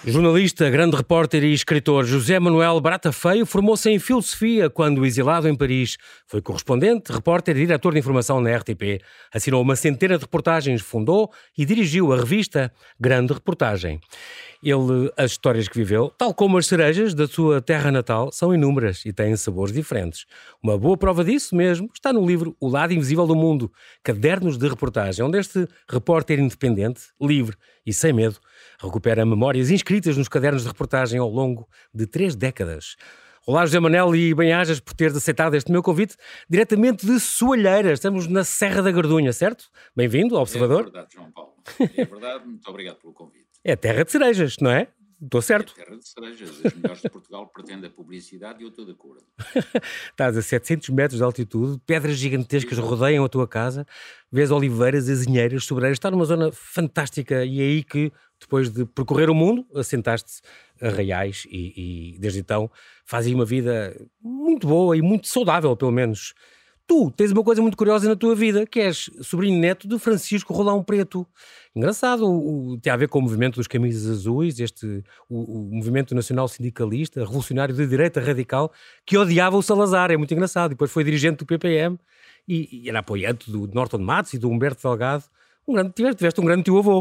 Jornalista, grande repórter e escritor José Manuel Barata Feio formou-se em filosofia quando, exilado em Paris, foi correspondente, repórter e diretor de informação na RTP. Assinou uma centena de reportagens, fundou e dirigiu a revista Grande Reportagem. As histórias que viveu, tal como as cerejas da sua terra natal, são inúmeras e têm sabores diferentes. Uma boa prova disso mesmo está no livro O Lado Invisível do Mundo, Cadernos de Reportagem, onde este repórter independente, livre e sem medo, recupera memórias inscritas nos cadernos de reportagem ao longo de 3 décadas. Olá, José Manuel, e bem-ajas por teres aceitado este meu convite diretamente de Soalheira. Estamos na Serra da Gardunha, certo? Bem-vindo ao Observador. É verdade, João Paulo. É verdade, muito obrigado pelo convite. É terra de cerejas, não é? Estou certo? É terra de cerejas. As melhores de Portugal pretendem a publicidade e eu estou de acordo. Estás a 700 metros de altitude, pedras gigantescas rodeiam a tua casa, vês oliveiras, azinheiras, sobreiras, está numa zona fantástica e é aí que, depois de percorrer o mundo, assentaste a Arraiais e desde então fazes uma vida muito boa e muito saudável, pelo menos. Tu tens uma coisa muito curiosa na tua vida, que és sobrinho neto de Francisco Rolão Preto. Engraçado, tem a ver com o movimento dos camisas azuis, o movimento nacional sindicalista, revolucionário de direita radical, que odiava o Salazar, é muito engraçado. Depois foi dirigente do PPM e era apoiante do Norton Matos e do Humberto Delgado. Tiveste um grande tio-avô.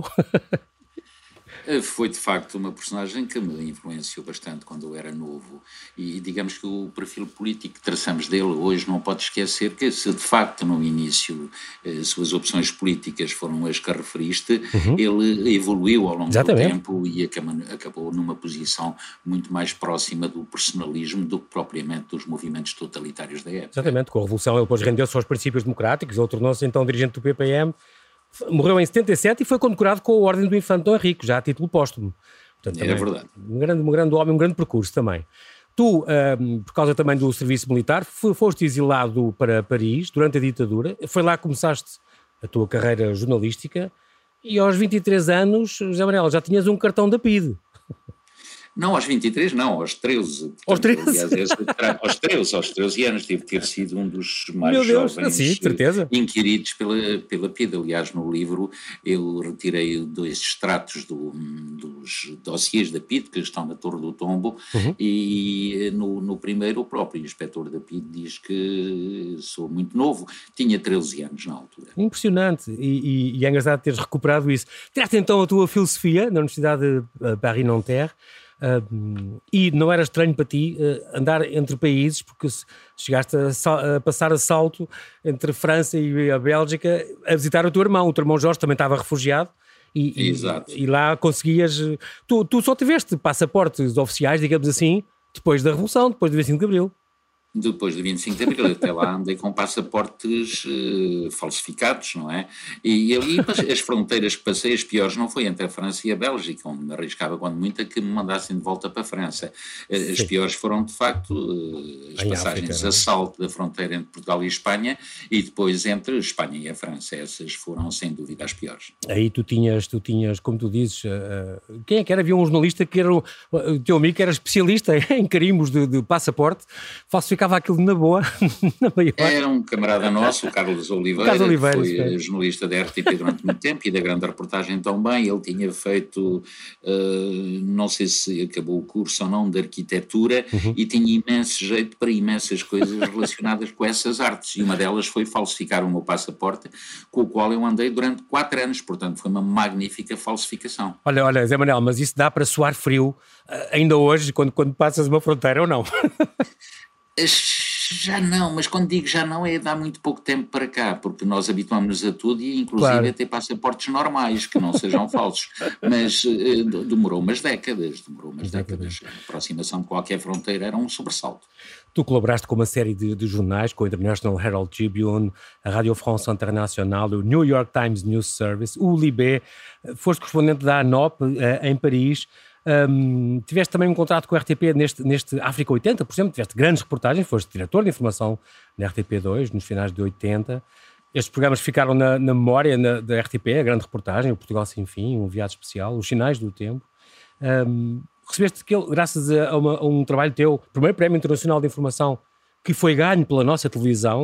Foi de facto uma personagem que me influenciou bastante quando eu era novo e digamos que o perfil político que traçamos dele hoje não pode esquecer que se de facto no início suas opções políticas foram as que referiste, ele evoluiu ao longo do tempo e acabou numa posição muito mais próxima do personalismo do que propriamente dos movimentos totalitários da época. Exatamente, com a Revolução ele depois rendeu-se aos princípios democráticos, ele tornou-se então dirigente do PPM. Morreu em 77 e foi condecorado com a Ordem do Infante Dom Henrique, já a título póstumo. Portanto, é verdade. Um grande homem, um grande percurso também. Tu, por causa também do serviço militar, foste exilado para Paris durante a ditadura. Foi lá que começaste a tua carreira jornalística e aos 23 anos, José Manuel, já tinhas um cartão da PIDE. Não, aos 23 não, aos 13. Portanto, aos 13? Aliás, aos 13 anos, tive que ter sido um dos mais jovens inquiridos pela PIDE. Aliás, no livro eu retirei 2 extratos dos dossiês da PIDE, que estão na Torre do Tombo, e no primeiro o próprio inspetor da PIDE diz que sou muito novo, tinha 13 anos na altura. Impressionante, e é engraçado teres recuperado isso. Tiraste então a tua filosofia na Universidade de Paris-Nanterre, e não era estranho para ti andar entre países, porque chegaste a passar a salto entre França e a Bélgica a visitar o teu irmão Jorge também estava refugiado e lá conseguias, tu só tiveste passaportes oficiais, digamos assim, depois da Revolução, depois do 25 de Abril. Depois do 25 de Abril, até lá andei com passaportes falsificados, não é? E ali as fronteiras que passei, as piores, não foi entre a França e a Bélgica, onde me arriscava quando muito a que me mandassem de volta para a França. As piores foram, de facto, as passagens a salto da fronteira entre Portugal e a Espanha e depois entre a Espanha e a França. Essas foram, sem dúvida, as piores. Aí tu tinhas, como tu dizes, quem é que era? Havia um jornalista que era o teu amigo, que era especialista em carimbos de passaporte, falsificava aquilo na boa. Era um camarada nosso, o Carlos Oliveira, que foi jornalista da RTP durante muito tempo e da Grande Reportagem também. Ele tinha feito, não sei se acabou o curso ou não, de arquitetura e tinha imenso jeito para imensas coisas relacionadas com essas artes e uma delas foi falsificar o meu passaporte, com o qual eu andei durante 4 anos, portanto foi uma magnífica falsificação. Olha, Zé Manuel, mas isso dá para suar frio ainda hoje, quando passas uma fronteira ou não? Já não, mas quando digo já não é de há muito pouco tempo para cá, porque nós habituamos-nos a tudo e inclusive a ter passaportes normais, que não sejam falsos, mas demorou umas décadas, a aproximação de qualquer fronteira era um sobressalto. Tu colaboraste com uma série de jornais, com o International Herald Tribune, a Radio France Internationale, o New York Times News Service, o Libé, foste correspondente da ANOP em Paris. Tiveste também um contrato com a RTP neste África 80, por exemplo, tiveste grandes reportagens, foste diretor de informação na RTP2 nos finais de 80. Estes programas ficaram na memória da RTP, a grande reportagem, o Portugal Sem Fim, um enviado especial, os Sinais do Tempo. Recebeste graças a um trabalho teu, primeiro Prémio Internacional de Informação, que foi ganho pela nossa televisão,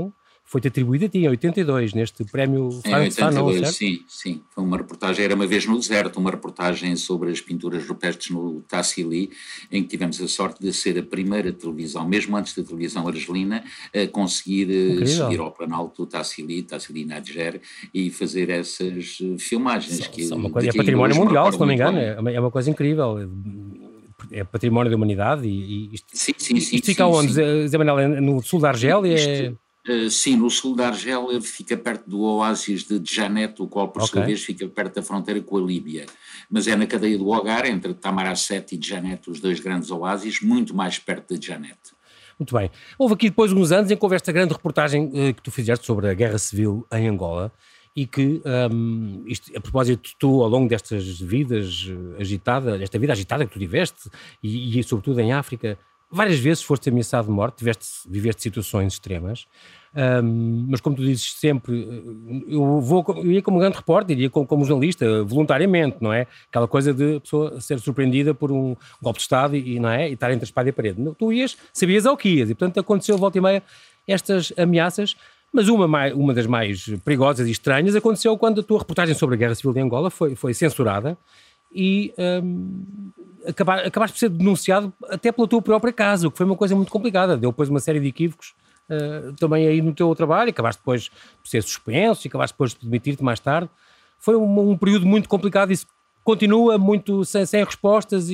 foi-te atribuído a ti em 82, neste prémio Franz Fanon, certo? Sim. Foi uma reportagem, era uma vez no deserto, uma reportagem sobre as pinturas rupestres no Tassili, em que tivemos a sorte de ser a primeira televisão, mesmo antes da televisão argelina, a conseguir subir ao planalto do Tassili Nadjer, e fazer essas filmagens. É património mundial, se não me engano, é uma coisa incrível. É património da humanidade isto fica onde, Zé Manel? No sul da Argélia? Sim, no sul da Argélia, fica perto do oásis de Djanet, o qual, por sua vez, fica perto da fronteira com a Líbia. Mas é na cadeia do Hogar, entre Tamaracet e Djanet, os dois grandes oásis, muito mais perto de Djanet. Muito bem. Houve aqui depois uns anos em que houve esta grande reportagem que tu fizeste sobre a Guerra Civil em Angola, e que, a propósito, tu, ao longo destas vidas agitadas, esta vida agitada que tu tiveste, e sobretudo em África, várias vezes foste ameaçado de morte, viveste situações extremas, mas como tu dizes sempre, eu ia como grande repórter, ia como jornalista, voluntariamente, não é? Aquela coisa de a pessoa ser surpreendida por um golpe de Estado não é? E estar entre a espada e a parede. Tu ias, sabias ao que ias, e portanto aconteceu volta e meia estas ameaças. Mas uma das mais perigosas e estranhas aconteceu quando a tua reportagem sobre a Guerra Civil de Angola foi censurada e acabaste por ser denunciado até pela tua própria casa, o que foi uma coisa muito complicada. Deu depois uma série de equívocos também aí no teu trabalho, acabaste depois por ser suspenso e acabaste depois de demitir-te mais tarde. Foi um período muito complicado e isso continua muito sem respostas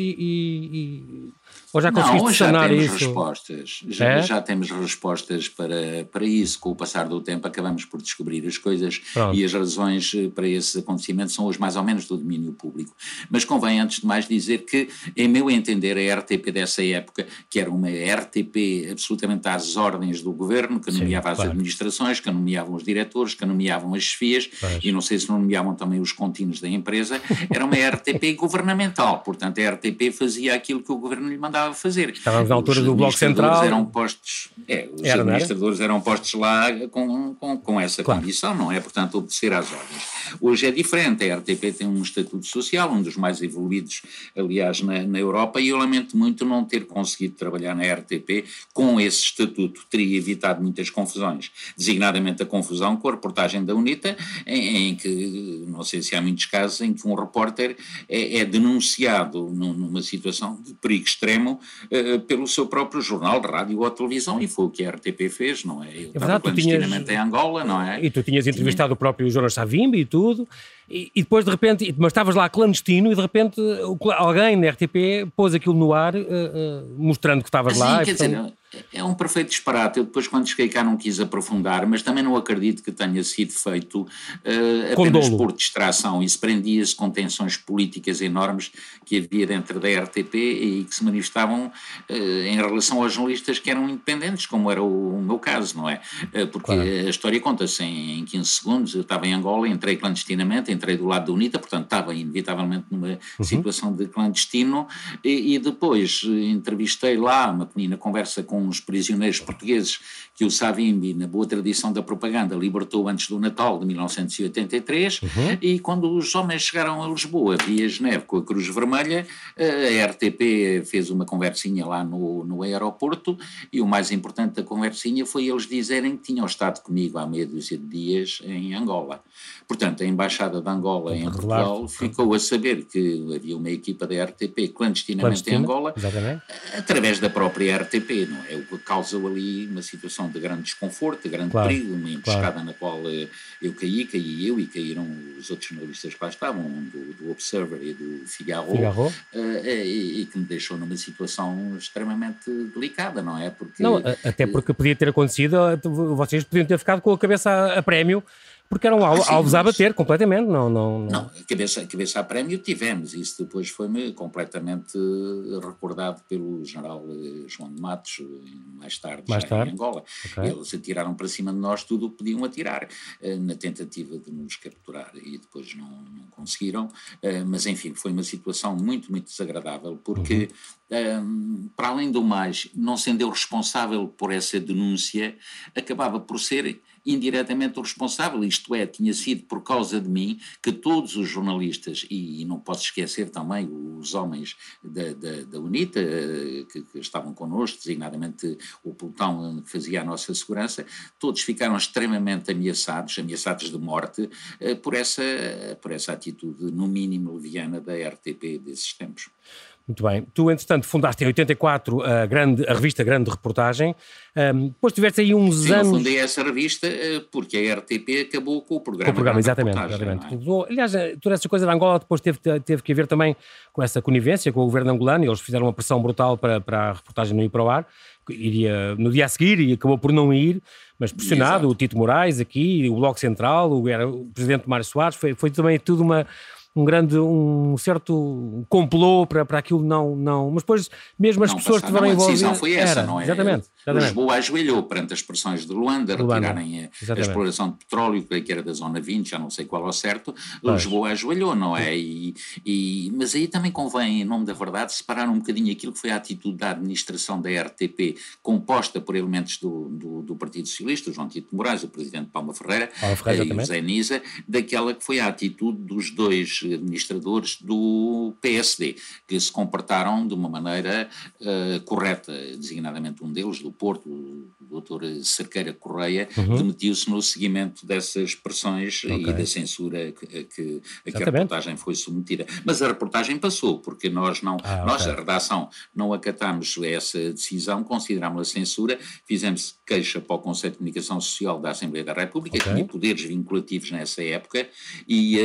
ou já conseguiste sanar isso? Já temos respostas para isso. Com o passar do tempo acabamos por descobrir as coisas. Pronto. E as razões para esses acontecimentos são hoje mais ou menos do domínio público. Mas convém antes de mais dizer que, em meu entender, a RTP dessa época, que era uma RTP absolutamente às ordens do governo, que nomeava as administrações, que nomeavam os diretores, que nomeavam as chefias, e não sei se não nomeavam também os contínuos da empresa, era uma RTP governamental. Portanto, a RTP fazia aquilo que o governo lhe mandava fazer. Estávamos na altura do Bloco Central. Os administradores eram postos lá com essa condição, não é? Portanto, obedecer às ordens. Hoje é diferente, a RTP tem um estatuto social, um dos mais evoluídos, aliás, na Europa, e eu lamento muito não ter conseguido trabalhar na RTP com esse estatuto. Teria evitado muitas confusões, designadamente a confusão com a reportagem da UNITA, em que, não sei se há muitos casos, em que um repórter é denunciado numa situação de perigo extremo pelo seu próprio jornal, rádio ou televisão, e foi o que a RTP fez, não é? Eu estava clandestinamente em Angola, não é? E tu tinhas entrevistado o próprio Jonas Savimbi e tudo, e depois de repente, mas estavas lá clandestino e de repente alguém na RTP pôs aquilo no ar, mostrando que estavas lá. Quer dizer, é um perfeito disparate. Eu depois, quando cheguei cá, não quis aprofundar, mas também não acredito que tenha sido feito apenas por distração. Isso prendia-se com tensões políticas enormes que havia dentro da RTP e que se manifestavam em relação aos jornalistas que eram independentes, como era o meu caso, não é? Porque a história conta-se em 15 segundos. Eu estava em Angola, entrei clandestinamente, entrei do lado da UNITA, portanto estava inevitavelmente numa situação de clandestino, e depois entrevistei lá uma pequena conversa com uns prisioneiros portugueses que o Savimbi, na boa tradição da propaganda, libertou antes do Natal de 1983, e quando os homens chegaram a Lisboa via Geneve com a Cruz Vermelha, a RTP fez uma conversinha lá no aeroporto, e o mais importante da conversinha foi eles dizerem que tinham estado comigo há meia dúzia de dias em Angola. Portanto, a Embaixada de Angola em Portugal ficou a saber que havia uma equipa da RTP clandestinamente em Angola, através da própria RTP, não é? O que causou ali uma situação de grande desconforto, de grande perigo, uma emboscada na qual eu caí eu e caíram os outros jornalistas que lá estavam, do Observer e do Figaro. E que me deixou numa situação extremamente delicada, não é? Até porque podia ter acontecido, vocês podiam ter ficado com a cabeça a prémio, porque eram alvos a bater completamente, não. A cabeça a prémio tivemos, isso depois foi-me completamente recordado pelo general João de Matos, mais tarde. Em Angola. Eles atiraram para cima de nós tudo o que podiam atirar, na tentativa de nos capturar, e depois não conseguiram, mas enfim, foi uma situação muito, muito desagradável, porque para além do mais, não sendo eu responsável por essa denúncia, acabava por ser indiretamente o responsável, isto é, tinha sido por causa de mim que todos os jornalistas, e não posso esquecer também os homens da UNITA que estavam connosco, designadamente o pelotão que fazia a nossa segurança, todos ficaram extremamente ameaçados de morte por essa atitude, no mínimo leviana, da RTP desses tempos. Muito bem. Tu, entretanto, fundaste em 84 a revista Grande Reportagem. Depois tiveste aí uns anos... Eu fundei essa revista porque a RTP acabou com o programa exatamente. Aliás, toda essa coisa da Angola depois teve que ver também com essa conivência com o governo angolano, e eles fizeram uma pressão brutal para a reportagem não ir para o ar. Iria no dia a seguir e acabou por não ir, mas pressionado. Exato. O Tito Moraes aqui, o Bloco Central, o presidente Mário Soares, foi também tudo um certo complô para aquilo não, mas depois mesmo as pessoas que estiveram envolvidas... A decisão foi essa, não é? Exatamente. Lisboa ajoelhou perante as pressões de Luanda, retirarem a exploração de petróleo, que era da Zona 20, já não sei qual ao certo, Lisboa ajoelhou, não é? Mas aí também convém, em nome da verdade, separar um bocadinho aquilo que foi a atitude da administração da RTP, composta por elementos do Partido Socialista, o João Tito Moraes, o Presidente Palma Ferreira e o Zé Nisa, daquela que foi a atitude dos dois administradores do PSD, que se comportaram de uma maneira correta, designadamente um deles, do Porto, o Dr. Cerqueira Correia, demitiu-se no seguimento dessas pressões e da censura a que a reportagem foi submetida. Mas a reportagem passou, porque nós, a redação, não acatámos essa decisão, considerámos-la censura, fizemos queixa para o Conselho de Comunicação Social da Assembleia da República, que tinha poderes vinculativos nessa época, e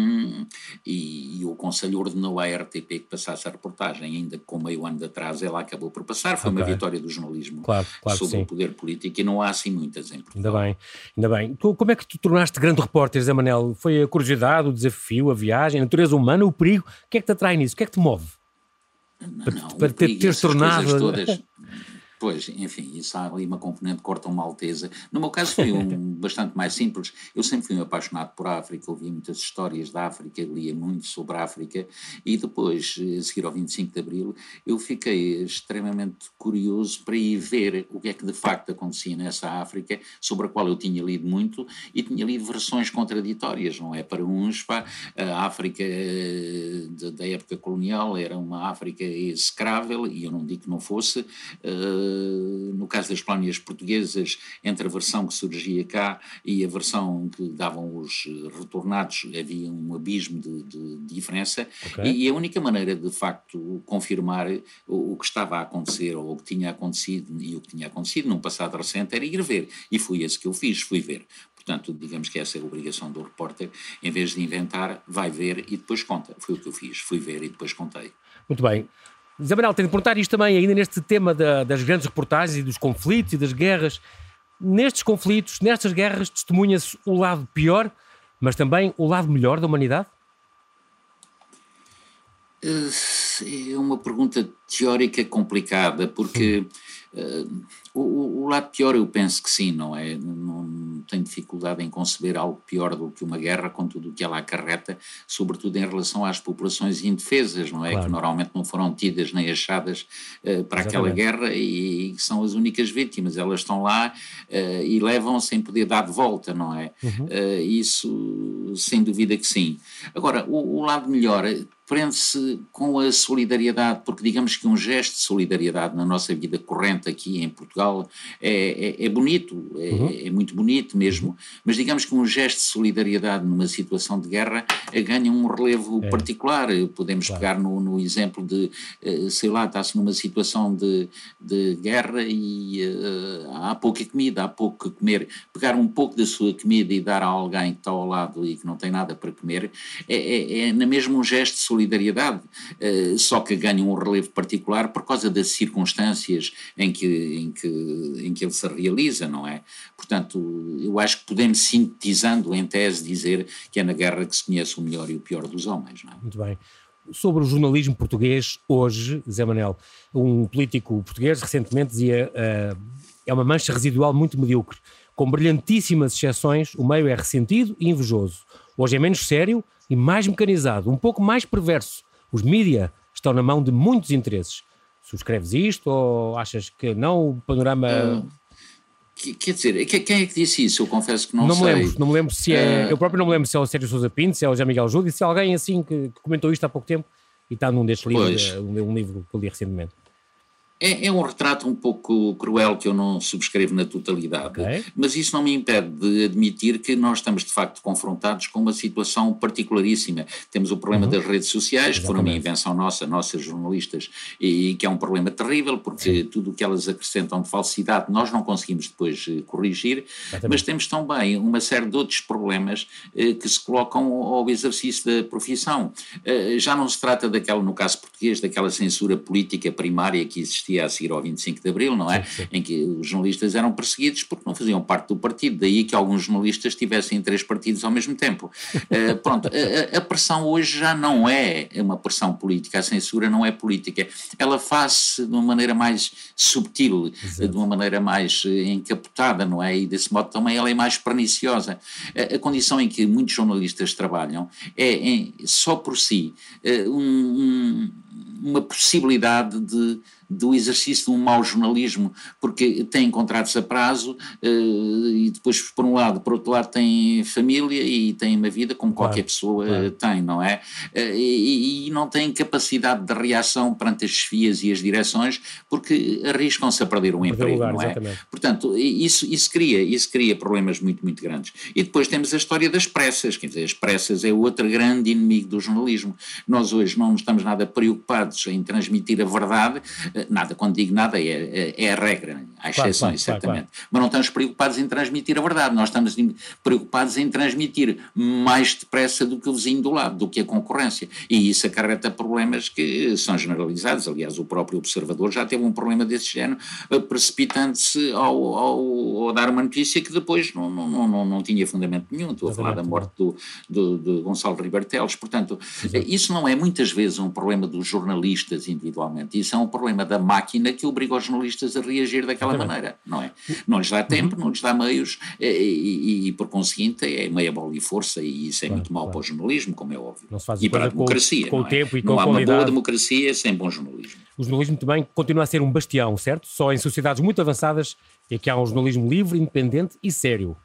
o Conselho ordenou à RTP que passasse a reportagem, ainda com meio ano de atraso ela acabou por passar. Foi uma vitória do jornalismo sobre o poder político, e não há assim muitas em Portugal. Ainda bem. Como é que tu tornaste grande repórter, Zé Manel? Foi a curiosidade, o desafio, a viagem, a natureza humana, o perigo? O que é que te atrai nisso? O que é que te move? Para teres tornado... todas... Pois, enfim, isso há ali uma componente corta uma alteza. No meu caso foi bastante mais simples. Eu sempre fui um apaixonado por África, ouvi muitas histórias da África, lia muito sobre a África, e depois, a seguir ao 25 de Abril, eu fiquei extremamente curioso para ir ver o que é que de facto acontecia nessa África, sobre a qual eu tinha lido muito, e tinha lido versões contraditórias, não é? Para uns, a África da época colonial era uma África execrável, e eu não digo que não fosse. No caso das colónias portuguesas, entre a versão que surgia cá e a versão que davam os retornados, havia um abismo de diferença, e a única maneira de facto confirmar o que estava a acontecer, ou o que tinha acontecido, e o que tinha acontecido num passado recente, era ir ver, e foi esse que eu fiz, fui ver. Portanto, digamos que essa é a obrigação do repórter, em vez de inventar, vai ver e depois conta. Foi o que eu fiz, fui ver e depois contei. Muito bem. Zé Manel, tenho de perguntar isto também, ainda neste tema das grandes reportagens e dos conflitos e das guerras. Nestes conflitos, nestas guerras, testemunha-se o lado pior, mas também o lado melhor da humanidade? É uma pergunta teórica complicada, porque o lado pior eu penso que sim, não é? Não tenho dificuldade em conceber algo pior do que uma guerra, com tudo o que ela acarreta, sobretudo em relação às populações indefesas, não é? Claro. Que normalmente não foram tidas nem achadas para aquela guerra, e são as únicas vítimas. Elas estão lá e levam sem poder dar de volta, não é? Isso sem dúvida que sim. Agora, o lado melhor prende-se com a solidariedade, porque digamos que um gesto de solidariedade na nossa vida corrente aqui em Portugal é bonito, é muito bonito mesmo, mas digamos que um gesto de solidariedade numa situação de guerra ganha um relevo particular. Podemos pegar no exemplo de, sei lá, está-se numa situação de guerra e há pouca comida, há pouco que comer, pegar um pouco da sua comida e dar a alguém que está ao lado e que não tem nada para comer, é na mesma um gesto de solidariedade, só que ganha um relevo particular por causa das circunstâncias em que ele se realiza, não é? Portanto, eu acho que podemos, sintetizando em tese, dizer que é na guerra que se conhece o melhor e o pior dos homens, não é? Muito bem. Sobre o jornalismo português hoje, Zé Manel, um político português recentemente dizia é uma mancha residual muito medíocre. Com brilhantíssimas exceções, o meio é ressentido e invejoso. Hoje é menos sério e mais mecanizado, um pouco mais perverso. Os mídia estão na mão de muitos interesses. Subscreves isto ou achas que não? O panorama... Quer dizer, quem é que disse isso? Eu confesso que não sei. Não me lembro se é... Eu próprio não me lembro se é o Sérgio Sousa Pinto, se é o José Miguel Júdice, se é alguém assim que comentou isto há pouco tempo e está num destes livros, um livro que eu li recentemente. É um retrato um pouco cruel que eu não subscrevo na totalidade, mas isso não me impede de admitir que nós estamos de facto confrontados com uma situação particularíssima. Temos o problema das redes sociais, que foram uma invenção nossas jornalistas, e que é um problema terrível, porque tudo o que elas acrescentam de falsidade nós não conseguimos depois corrigir, mas temos também uma série de outros problemas que se colocam ao exercício da profissão. Já não se trata daquela, no caso português, daquela censura política primária que existia a seguir ao 25 de Abril, não é? Sim. Em que os jornalistas eram perseguidos porque não faziam parte do partido, daí que alguns jornalistas tivessem 3 partidos ao mesmo tempo. Pronto, a pressão hoje já não é uma pressão política, a censura não é política, ela faz-se de uma maneira mais subtil, de uma maneira mais encapotada, não é? E desse modo também ela é mais perniciosa. A condição em que muitos jornalistas trabalham é só por si uma possibilidade do exercício de um mau jornalismo, porque têm contratos a prazo e depois, por um lado, por outro lado, têm família e têm uma vida como qualquer pessoa tem, não é? E não têm capacidade de reação perante as chefias e as direções, porque arriscam-se a perder um emprego, não é? Exatamente. Portanto, isso cria problemas muito, muito grandes. E depois temos a história das pressas, quer dizer, as pressas é outro grande inimigo do jornalismo. Nós hoje não estamos nada preocupados em transmitir a verdade. Nada, quando digo nada é a regra, há exceções certamente, mas não estamos preocupados em transmitir a verdade, nós estamos preocupados em transmitir mais depressa do que o vizinho do lado, do que a concorrência, e isso acarreta problemas que são generalizados. Aliás, o próprio Observador já teve um problema desse género, precipitando-se ao dar uma notícia que depois não tinha fundamento nenhum. Estou a falar da morte de Gonçalo Ribeiro Teles. Portanto, isso não é muitas vezes um problema dos jornalistas individualmente, isso é um problema da máquina que obriga os jornalistas a reagir daquela maneira, não é? Não lhes dá tempo, não lhes dá meios e por conseguinte é meia bola e força, e isso é muito mau para o jornalismo, como é óbvio. Não se faz e para a democracia, com o tempo e com não a qualidade. Não há uma boa democracia sem bom jornalismo. O jornalismo também continua a ser um bastião, certo? Só em sociedades muito avançadas é que há um jornalismo livre, independente e sério.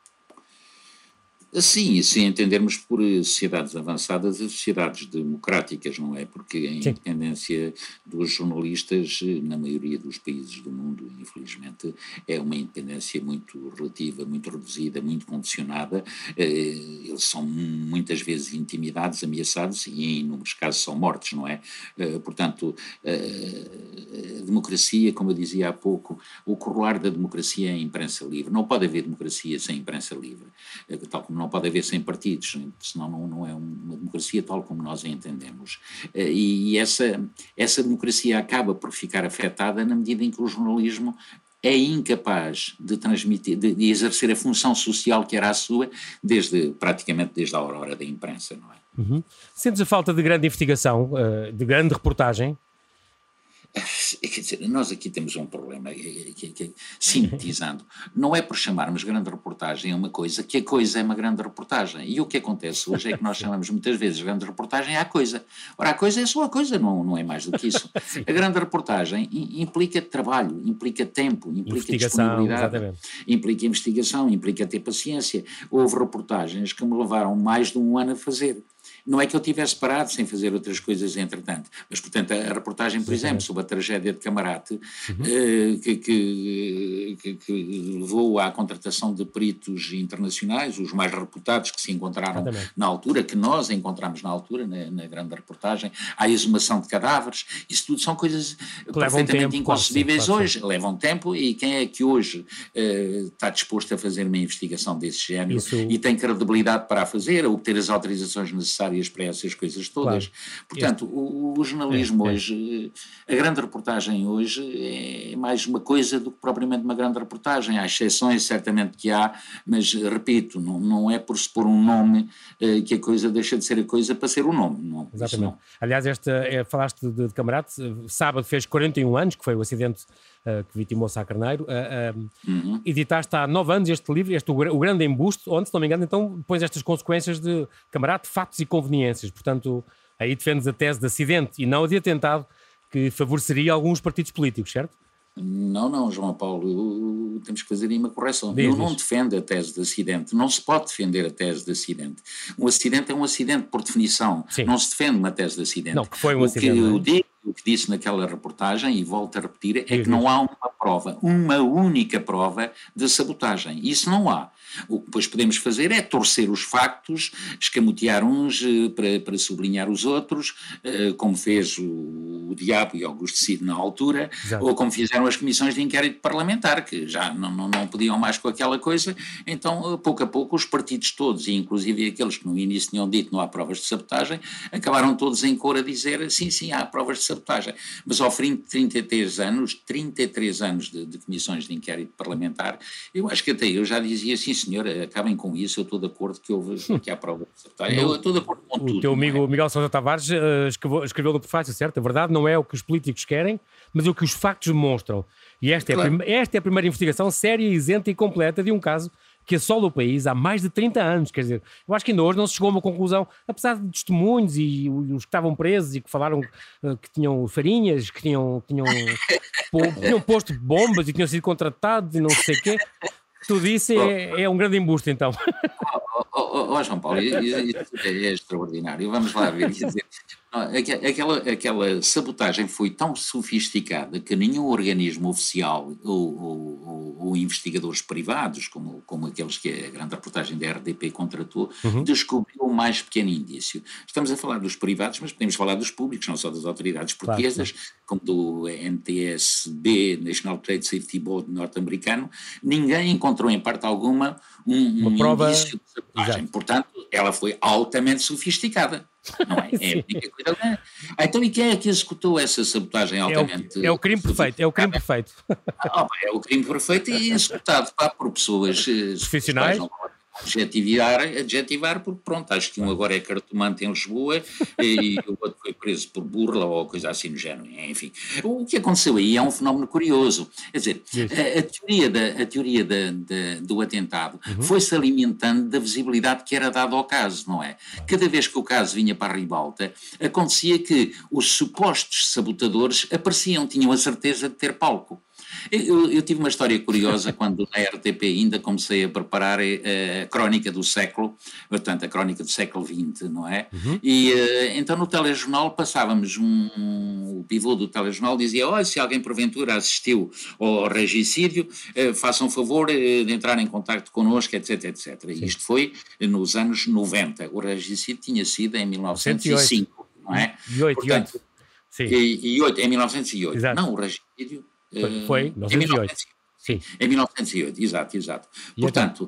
Sim, e se entendermos por sociedades avançadas, as sociedades democráticas, não é? Porque a independência dos jornalistas, na maioria dos países do mundo, infelizmente, é uma independência muito relativa, muito reduzida, muito condicionada. Eles são muitas vezes intimidados, ameaçados e em inúmeros casos são mortos, não é? Portanto, a democracia, como eu dizia há pouco, o corolário da democracia é a imprensa livre. Não pode haver democracia sem imprensa livre, tal como não pode haver sem partidos, senão não é uma democracia tal como nós a entendemos. E essa democracia acaba por ficar afetada na medida em que o jornalismo é incapaz de transmitir, de exercer a função social que era a sua praticamente desde a aurora da imprensa, não é? Sentes a falta de grande investigação, de grande reportagem? Quer dizer, nós aqui temos um problema, sintetizando, não é por chamarmos grande reportagem a uma coisa que a coisa é uma grande reportagem, e o que acontece hoje é que nós chamamos muitas vezes grande reportagem à coisa. Ora, a coisa é só a coisa, não é mais do que isso. A grande reportagem implica trabalho, implica tempo, implica disponibilidade, exatamente. Implica investigação, implica ter paciência. Houve reportagens que me levaram mais de um ano a fazer. Não é que eu tivesse parado sem fazer outras coisas entretanto, mas, portanto, a reportagem, por exemplo, sobre a tragédia de Camarate, que levou à contratação de peritos internacionais, os mais reputados que se encontraram na altura, que nós encontramos na altura, na grande reportagem, à exumação de cadáveres, isso tudo são coisas perfeitamente inconcebíveis hoje, levam tempo, e quem é que hoje está disposto a fazer uma investigação desse género e tem credibilidade para a fazer, a obter as autorizações necessárias para essas coisas todas. Portanto, o jornalismo hoje, a grande reportagem hoje é mais uma coisa do que propriamente uma grande reportagem. Há exceções, certamente que há, mas, repito, não é por se pôr um nome que a coisa deixa de ser a coisa para ser o nome. Não, exatamente. Não. Aliás, falaste de Camarate, sábado fez 41 anos, que foi o acidente que vitimou Sá Carneiro. Editaste há 9 anos este livro, o Grande Embuste, onde, se não me engano, então pões estas consequências de Camarate, fatos e conveniências. Portanto, aí defendes a tese de acidente e não a de atentado que favoreceria alguns partidos políticos, certo? Não, João Paulo, temos que fazer aí uma correção. Eu não defendo a tese de acidente, não se pode defender a tese de acidente. Um acidente é um acidente por definição, Sim. Não se defende uma tese de acidente. Não, que foi um acidente. O que disse naquela reportagem, e volto a repetir, é que não há uma única prova de sabotagem. Isso não há. O que depois podemos fazer é torcer os factos, escamotear uns para sublinhar os outros, como fez o Diabo e Augusto Cid na altura, Exato. Ou como fizeram as comissões de inquérito parlamentar, que já não podiam mais com aquela coisa. Então, pouco a pouco, os partidos todos, e inclusive aqueles que no início tinham dito não há provas de sabotagem, acabaram todos em cor a dizer sim, há provas de sabotagem. Mas ao fim de 33 anos de comissões de inquérito parlamentar, eu acho que até eu já dizia, sim senhor, acabem com isso, eu estou de acordo que há prova de sabotagem. Eu estou de acordo com tudo. O teu amigo Miguel Sousa Tavares escreveu no prefácio, certo? A verdade não é o que os políticos querem, mas o que os factos demonstram. E esta é a primeira investigação séria, isenta e completa de um caso que assola o país há mais de 30 anos, quer dizer, eu acho que ainda hoje não se chegou a uma conclusão, apesar de testemunhos e os que estavam presos e que falaram que tinham farinhas, que tinham posto bombas e tinham sido contratados e não sei o quê, tudo isso é um grande embuste, então. João Paulo, isso é extraordinário. Vamos lá ver. Quer dizer, aquela sabotagem foi tão sofisticada que nenhum organismo oficial ou investigadores privados, como aqueles que a grande reportagem da RDP contratou, descobriu o mais pequeno indício. Estamos a falar dos privados, mas podemos falar dos públicos, não só das autoridades portuguesas, como do NTSB, National Trade Safety Board norte-americano. Ninguém encontrou em parte alguma um prova... indício de sabotagem. Exato. Portanto, ela foi altamente sofisticada. Não é? É a única coisa. Então, e quem é que executou essa sabotagem altamente? É o crime perfeito. É o crime perfeito. É o crime perfeito e executado por pessoas profissionais. Adjetivar, porque pronto, acho que um agora é cartomante em Lisboa e o outro foi preso por burla ou coisa assim no género. Enfim, o que aconteceu aí é um fenómeno curioso. Quer dizer, a teoria do atentado foi-se alimentando da visibilidade que era dada ao caso, não é? Cada vez que o caso vinha para a ribalta, acontecia que os supostos sabotadores apareciam, tinham a certeza de ter palco. Eu tive uma história curiosa quando na RTP ainda comecei a preparar a crónica do século, portanto a crónica do século XX, não é? E então no telejornal passávamos o pivô do telejornal dizia, olha, se alguém porventura assistiu ao regicídio, façam favor de entrar em contacto connosco, etc, etc. E isto foi nos anos 90. O regicídio tinha sido em 1905, não é? Portanto, sim. Em 1908. Exato. Não, o regicídio... Foi em 1908. Sim. Em 1908, exato. Portanto,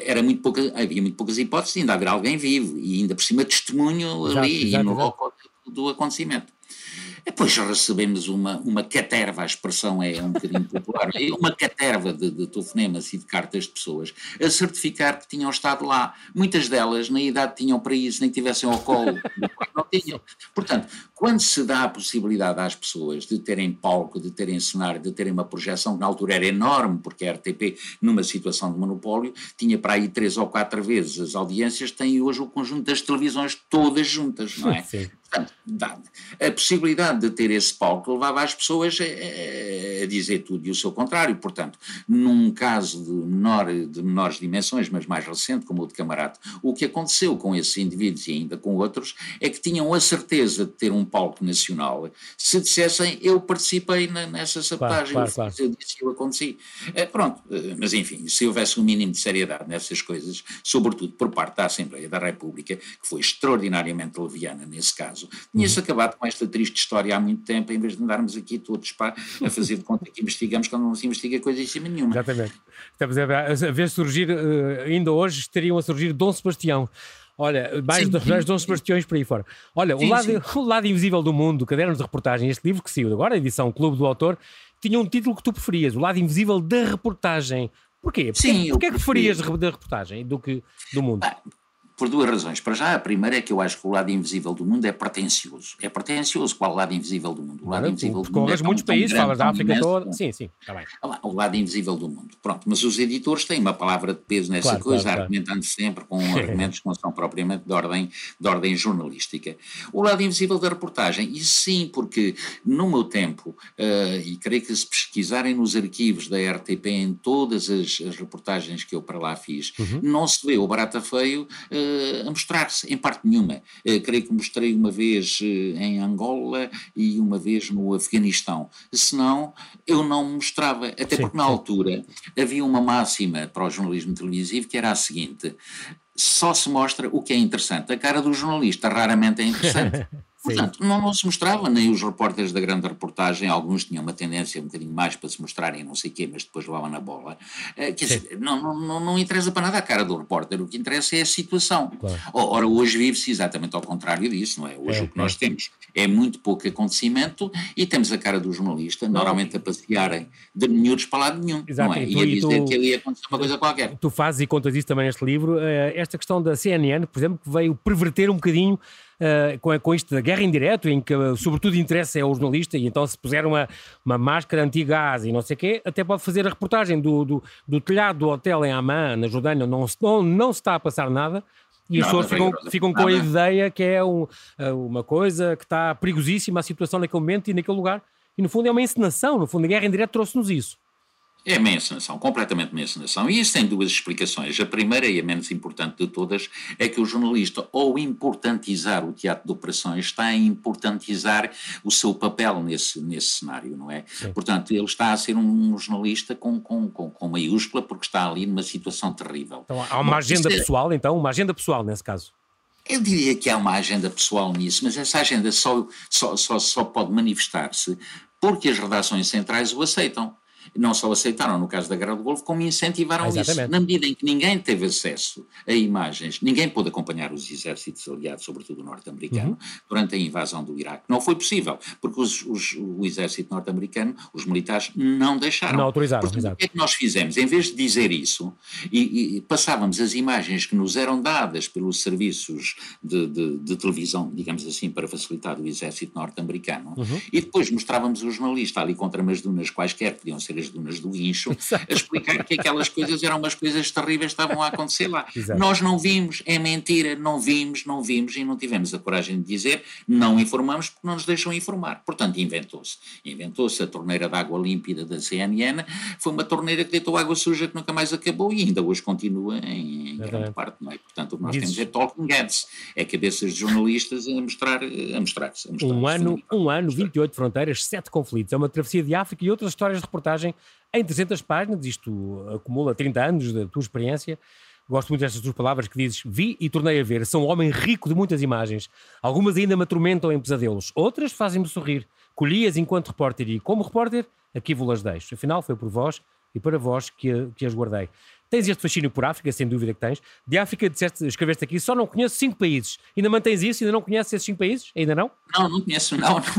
havia muito poucas hipóteses de ainda haver alguém vivo e ainda por cima testemunho ali e no local do acontecimento. Depois recebemos uma caterva, a expressão é um bocadinho popular, uma caterva de telefonemas e de cartas de pessoas a certificar que tinham estado lá. Muitas delas na idade tinham para isso, nem tivessem ao colo, não tinham. Portanto, quando se dá a possibilidade às pessoas de terem palco, de terem cenário, de terem uma projeção que na altura era enorme, porque a RTP, numa situação de monopólio, tinha para aí 3 ou 4 vezes as audiências, tem hoje o conjunto das televisões todas juntas, não é? Sim. Portanto, a possibilidade de ter esse palco levava as pessoas a dizer tudo e o seu contrário. Portanto, num caso de menores dimensões, mas mais recente, como o de Camarato, o que aconteceu com esses indivíduos e ainda com outros é que tinham a certeza de ter um palco nacional se dissessem eu participei nessa sabotagem, claro. Eu disse eu aconteci. Pronto, mas enfim, se houvesse um mínimo de seriedade nessas coisas, sobretudo por parte da Assembleia da República, que foi extraordinariamente leviana nesse caso, tinha-se acabado com esta triste história há muito tempo, em vez de andarmos aqui todos a fazer de conta que investigamos quando não se investiga coisa em cima nenhuma. Exatamente. Estamos a ver surgir, ainda hoje estariam a surgir Dom Sebastião. Olha, mais Dom Sebastiões por aí fora. Olha, o lado Invisível do Mundo, Cadernos de Reportagem, este livro que saiu agora, a edição Clube do Autor, tinha um título que tu preferias, O Lado Invisível da Reportagem. Porquê? Porquê é que preferias da reportagem do que do mundo? Por duas razões. Para já, a primeira é que eu acho que o lado invisível do mundo é pretencioso. É pretencioso. Qual o lado invisível do mundo? O lado invisível do mundo é muitos países, falas da África toda. Sim, está bem. O lado invisível do mundo. Pronto, mas os editores têm uma palavra de peso nessa coisa, argumentando sempre com argumentos que não são propriamente de ordem jornalística. O lado invisível da reportagem, e sim, porque no meu tempo, e creio que se pesquisarem nos arquivos da RTP em todas as reportagens que eu para lá fiz, não se vê o Barata Feio a mostrar-se, em parte nenhuma. Creio que mostrei uma vez em Angola e uma vez no Afeganistão. Senão, eu não mostrava, até porque na altura havia uma máxima para o jornalismo televisivo que era a seguinte: só se mostra o que é interessante. A cara do jornalista raramente é interessante. Portanto, não se mostrava, nem os repórteres da grande reportagem, alguns tinham uma tendência um bocadinho mais para se mostrarem não sei o quê, mas depois levavam na bola. Quer dizer, não interessa para nada a cara do repórter, o que interessa é a situação. Claro. Ora, hoje vive-se exatamente ao contrário disso, não é? Hoje o que nós temos é muito pouco acontecimento e temos a cara do jornalista, normalmente a passearem de miúdos para lado nenhum, não é? E a dizer que ali ia acontecer uma coisa qualquer. Tu fazes e contas isso também neste livro, esta questão da CNN, por exemplo, que veio perverter um bocadinho com isto da guerra em direto, em que sobretudo interessa é o jornalista, e então se puser uma máscara anti-gás e não sei o quê, até pode fazer a reportagem do telhado do hotel em Amman, na Jordânia, não se está a passar nada, e as pessoas ficam com a ideia que é uma coisa que está perigosíssima a situação naquele momento e naquele lugar, e no fundo é uma encenação, no fundo a guerra em direto trouxe-nos isso. É uma encenação, completamente uma encenação. E isso tem duas explicações. A primeira, e a menos importante de todas, é que o jornalista, ao importantizar o teatro de operações, está a importantizar o seu papel nesse cenário, não é? Sim. Portanto, ele está a ser um jornalista com maiúscula, porque está ali numa situação terrível. Então há uma agenda pessoal, então, uma agenda pessoal nesse caso. Eu diria que há uma agenda pessoal nisso, mas essa agenda só pode manifestar-se porque as redações centrais o aceitam. Não só aceitaram no caso da Guerra do Golfo, como incentivaram isso. Na medida em que ninguém teve acesso a imagens, ninguém pôde acompanhar os exércitos aliados, sobretudo o norte-americano, durante a invasão do Iraque. Não foi possível, porque o exército norte-americano, os militares, não deixaram. Não autorizaram, portanto, o que é que nós fizemos? Em vez de dizer isso, e passávamos as imagens que nos eram dadas pelos serviços de televisão, digamos assim, para facilitar o exército norte-americano, e depois mostrávamos o jornalista ali contra umas dunas quaisquer, podiam ser as dunas do Guincho, a explicar que aquelas coisas eram umas coisas terríveis que estavam a acontecer lá. Exato. Nós não vimos, é mentira, não vimos e não tivemos a coragem de dizer, não informamos porque não nos deixam informar. Portanto, inventou-se a torneira de água límpida da CNN, foi uma torneira que deitou água suja que nunca mais acabou e ainda hoje continua em grande parte, não é? Portanto, o que nós temos é talking heads, é cabeças de jornalistas a mostrar-se. Um ano, 28 fronteiras, 7 conflitos, é uma travessia de África e outras histórias de reportagem em 300 páginas, isto acumula 30 anos da tua experiência. Gosto muito destas tuas palavras que dizes: vi e tornei a ver, sou um homem rico de muitas imagens, algumas ainda me atormentam em pesadelos, outras fazem-me sorrir, colhi-as enquanto repórter e, como repórter, aqui vou-las deixo, afinal foi por vós e para vós que as guardei. Tens este fascínio por África, sem dúvida que tens. De África, escreveste aqui, só não conheço 5 países. Ainda mantens isso? Ainda não conheces esses 5 países? Ainda não? Não conheço,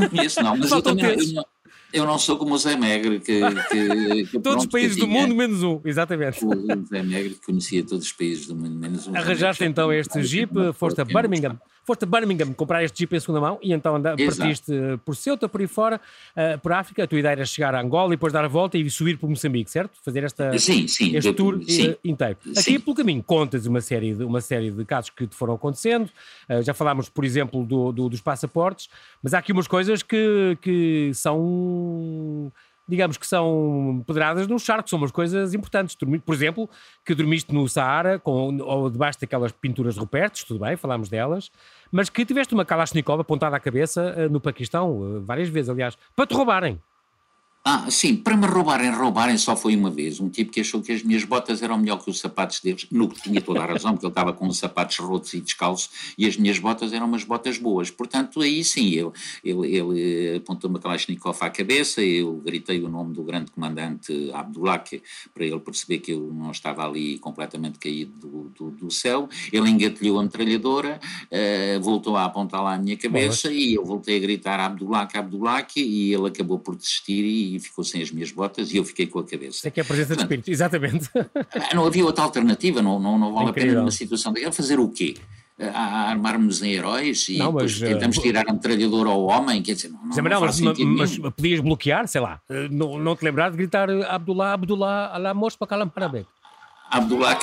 mas eu também... Eu não sou como o Zé Megre, que todos os países do mundo menos um, exatamente. O Zé Megre conhecia todos os países do mundo menos um. Arranjaste então este Jeep, foste a Birmingham comprar este Jeep em segunda mão e então partiste por Ceuta, por aí fora, por África. A tua ideia era chegar a Angola e depois dar a volta e subir por Moçambique, certo? Fazer este tour inteiro. Aqui pelo caminho contas uma série de casos que te foram acontecendo. Já falámos, por exemplo, dos passaportes, mas há aqui umas coisas que são, digamos que são pedradas no charco, são umas coisas importantes. Por exemplo, que dormiste no Saara ou debaixo daquelas pinturas rupertes, tudo bem, falámos delas, mas que tiveste uma Kalashnikov apontada à cabeça no Paquistão, várias vezes, aliás, para te roubarem. Sim, para me roubarem só foi uma vez. Um tipo que achou que as minhas botas eram melhor que os sapatos deles, no que tinha toda a razão, porque ele estava com os sapatos rotos e descalços, e as minhas botas eram umas botas boas. Portanto, aí sim, ele apontou-me a Kalashnikov à cabeça, eu gritei o nome do grande comandante Abdullah, para ele perceber que eu não estava ali completamente caído do céu. Ele engatilhou a metralhadora, voltou a apontar lá a minha cabeça, e eu voltei a gritar Abdullah, e ele acabou por desistir e e ficou sem as minhas botas e eu fiquei com a cabeça. Isso é que é a presença de espírito, exatamente. Não havia outra alternativa, não vale a pena numa situação de fazer o quê? A armarmos em heróis e depois tentamos tirar a metralhadora ao homem, quer dizer, não faz sentido nenhum. Mas podias bloquear, sei lá, não te lembrar de gritar Abdullah, Allah Mospa Kalam Parabek. Abdullah,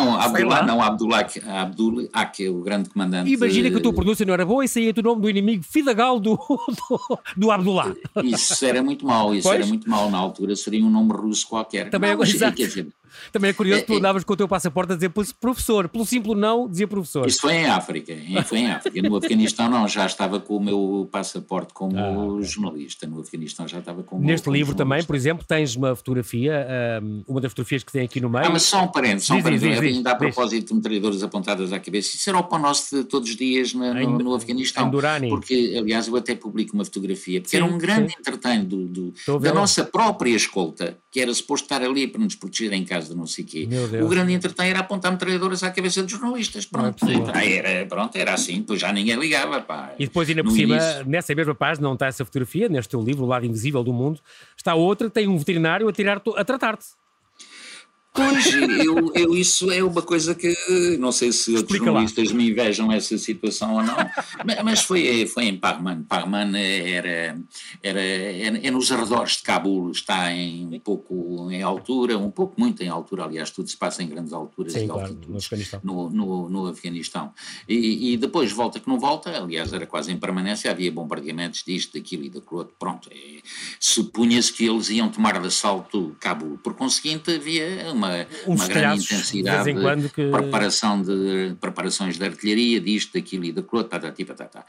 que é o grande comandante. Imagina que a tua pronúncia não era boa e saía o nome do inimigo Fidagal do Abdullah. Isso era muito mau, na altura seria um nome russo qualquer. Também Também é curioso que tu andavas com o teu passaporte a dizer professor, pelo simples não dizia professor. Isso foi em África. No Afeganistão não, já estava com o meu passaporte como jornalista. No Afeganistão já estava com o meu. Neste livro também, por exemplo, tens uma fotografia, uma das fotografias que tem aqui no meio. Mas só um parênteses, ainda a propósito de metralhadoras apontadas à cabeça. Isso era o pão nosso de todos os dias no Afeganistão. Em Durrani. Porque, aliás, eu até publico uma fotografia, porque era um grande entertainment da nossa própria escolta, que era suposto estar ali para nos proteger em casa de não sei o quê. O grande entretenimento era apontar metralhadoras à cabeça dos jornalistas. Pronto, era assim, depois já ninguém ligava. Pá. E depois ainda por cima, nessa mesma página, não está essa fotografia, neste teu livro, O Lado Invisível do Mundo, está outra, tem um veterinário a tratar-te. Pois, isso é uma coisa que não sei se outros jornalistas me invejam essa situação ou não, mas foi em Paghman. Paghman é nos arredores de Cabul, está um pouco em altura, muito em altura, aliás, tudo se passa em grandes alturas e altitudes no Afeganistão. E depois, volta que não volta, aliás, era quase em permanência, havia bombardeamentos disto, daquilo e daquilo outro, pronto. Supunha-se que eles iam tomar de assalto Cabul, por conseguinte havia uma grande intensidade de preparações de artilharia, disto, daquilo e daquilo, patatá.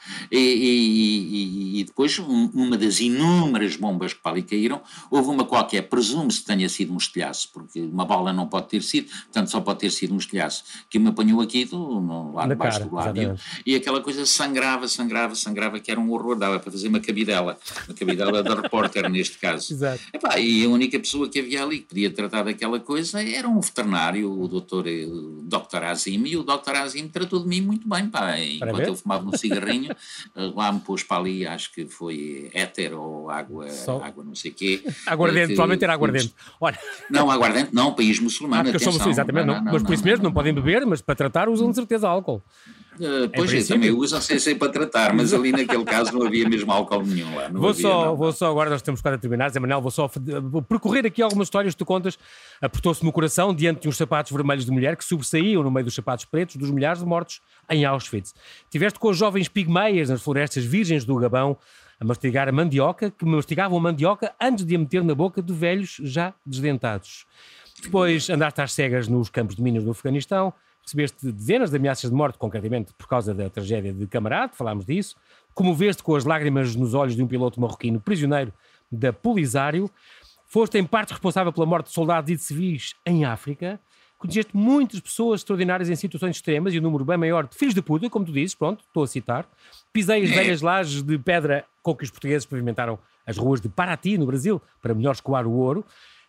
E depois, uma das inúmeras bombas que para ali caíram, houve uma qualquer, presume-se que tenha sido um estilhaço, porque uma bala não pode ter sido, portanto só pode ter sido um estilhaço, que me apanhou aqui lá debaixo do lábio, e aquela coisa sangrava, que era um horror, dava para fazer uma cabidela da repórter neste caso. E a única pessoa que havia ali que podia tratar daquela coisa era um veterinário, o Dr. Azim, e o Dr. Azim tratou de mim muito bem, pá, enquanto eu fumava um cigarrinho, lá me pôs para ali, acho que foi éter ou água não sei o quê. Aguardente, provavelmente era aguardente. Olha. Não, aguardente não, país muçulmano, atenção. Exatamente, não, mas por isso mesmo não podem beber, mas para tratar usam de certeza álcool. Pois é, também usam sem ser para tratar, mas ali naquele caso não havia mesmo álcool nenhum lá. Vou só agora, nós temos quase a terminar, Zé Manel, vou percorrer aqui algumas histórias que tu contas. Apertou-se-me o coração diante de uns sapatos vermelhos de mulher que sobressaíam no meio dos sapatos pretos dos milhares de mortos em Auschwitz. Tiveste com os jovens pigmeias nas florestas virgens do Gabão a mastigar a mandioca, que mastigavam a mandioca antes de a meter na boca de velhos já desdentados. Depois andaste às cegas nos campos de minas do Afeganistão, recebeste dezenas de ameaças de morte, concretamente por causa da tragédia de Camarade, falámos disso, comoveste com as lágrimas nos olhos de um piloto marroquino prisioneiro da Polisário, foste em parte responsável pela morte de soldados e de civis em África, conheceste muitas pessoas extraordinárias em situações extremas e um número bem maior de filhos de puta, como tu dizes, pronto, estou a citar, pisei as velhas lajes de pedra com que os portugueses pavimentaram as ruas de Paraty, no Brasil, para melhor escoar o ouro,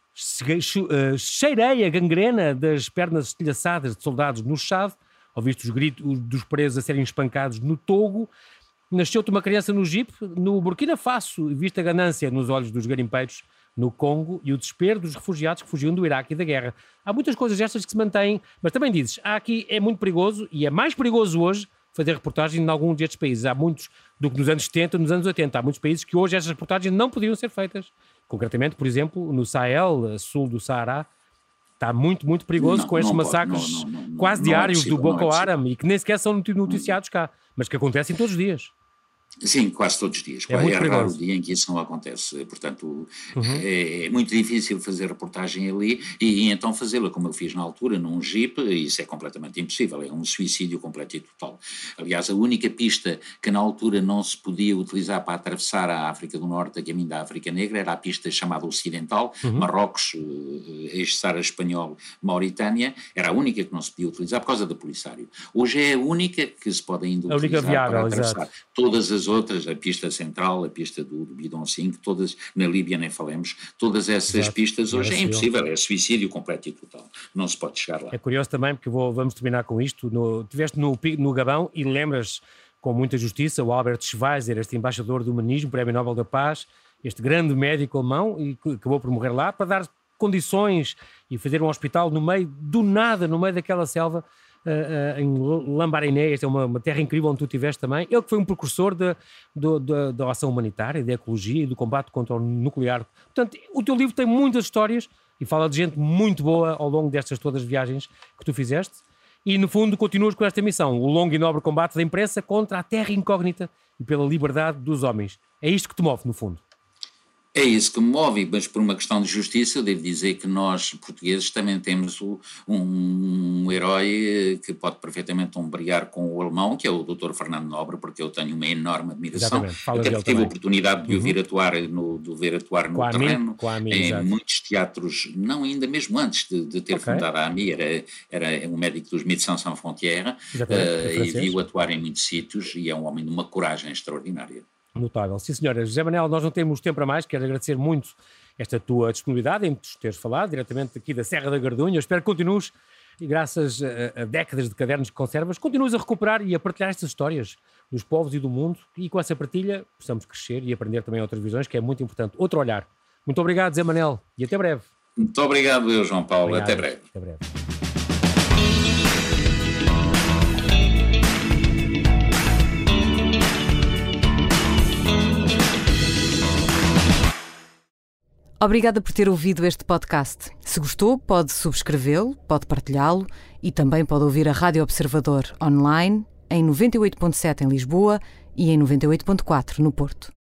cheirei a gangrena das pernas estilhaçadas de soldados no Chad, ouviste os gritos dos presos a serem espancados no Togo, nasceu-te uma criança no Jipe, no Burkina Faso, e viste a ganância nos olhos dos garimpeiros no Congo e o desespero dos refugiados que fugiam do Iraque e da guerra. Há muitas coisas estas que se mantêm, mas também dizes, aqui é muito perigoso, e é mais perigoso hoje fazer reportagem em algum destes países. Há muitos do que nos anos 70, nos anos 80. Há muitos países que hoje estas reportagens não podiam ser feitas. Concretamente, por exemplo, no Sahel, sul do Saara, está muito, muito perigoso com estes massacres quase diários do Boko Haram e que nem sequer são noticiados cá, mas que acontecem todos os dias. Sim, quase todos os dias. É raro o dia em que isso não acontece. Portanto, é muito difícil fazer reportagem ali e então fazê-la, como eu fiz na altura, num Jeep, isso é completamente impossível. É um suicídio completo e total. Aliás, a única pista que na altura não se podia utilizar para atravessar a África do Norte a caminho da África Negra era a pista chamada Ocidental, Marrocos, ex-Sara espanhol, Mauritânia, era a única que não se podia utilizar por causa da Polisário. Hoje é a única que se pode ainda utilizar para atravessar. Exato. Todas as outras, a pista central, a pista do Bidon 5, todas, na Líbia nem falamos, todas essas pistas hoje é impossível, é suicídio completo e total, não se pode chegar lá. É curioso também, porque vamos terminar com isto, estiveste no Gabão e lembras com muita justiça o Albert Schweitzer, este embaixador do humanismo, Prémio Nobel da Paz, este grande médico alemão, e que acabou por morrer lá, para dar condições e fazer um hospital no meio do nada, no meio daquela selva, em Lambaréné. Esta é uma terra incrível onde tu estiveste também. Ele que foi um precursor da ação humanitária, da ecologia e do combate contra o nuclear. Portanto, o teu livro tem muitas histórias e fala de gente muito boa ao longo destas todas viagens que tu fizeste. E, no fundo, continuas com esta missão, o longo e nobre combate da imprensa contra a terra incógnita e pela liberdade dos homens. É isto que te move, no fundo. É isso que me move, mas por uma questão de justiça, devo dizer que nós, portugueses, também temos um herói que pode perfeitamente ombrear com o alemão, que é o Dr. Fernando Nobre, porque eu tenho uma enorme admiração. Até porque tive a oportunidade de o ver atuar no terreno, em muitos teatros, não ainda mesmo antes de ter fundado a AMI, era um médico dos Médecins Sans Frontières, e vi-o atuar em muitos sítios, e é um homem de uma coragem extraordinária. Notável. Sim, senhora. José Manel, nós não temos tempo para mais. Quero agradecer muito esta tua disponibilidade em teres falado diretamente aqui da Serra da Gardunha. Eu espero que continues, e graças a décadas de cadernos que conservas, continues a recuperar e a partilhar estas histórias dos povos e do mundo, e com essa partilha possamos crescer e aprender também outras visões, que é muito importante. Outro olhar. Muito obrigado, José Manel, e até breve. Muito obrigado, João Paulo. Obrigado. Até breve. Até breve. Obrigada por ter ouvido este podcast. Se gostou, pode subscrevê-lo, pode partilhá-lo e também pode ouvir a Rádio Observador online em 98.7 em Lisboa e em 98.4 no Porto.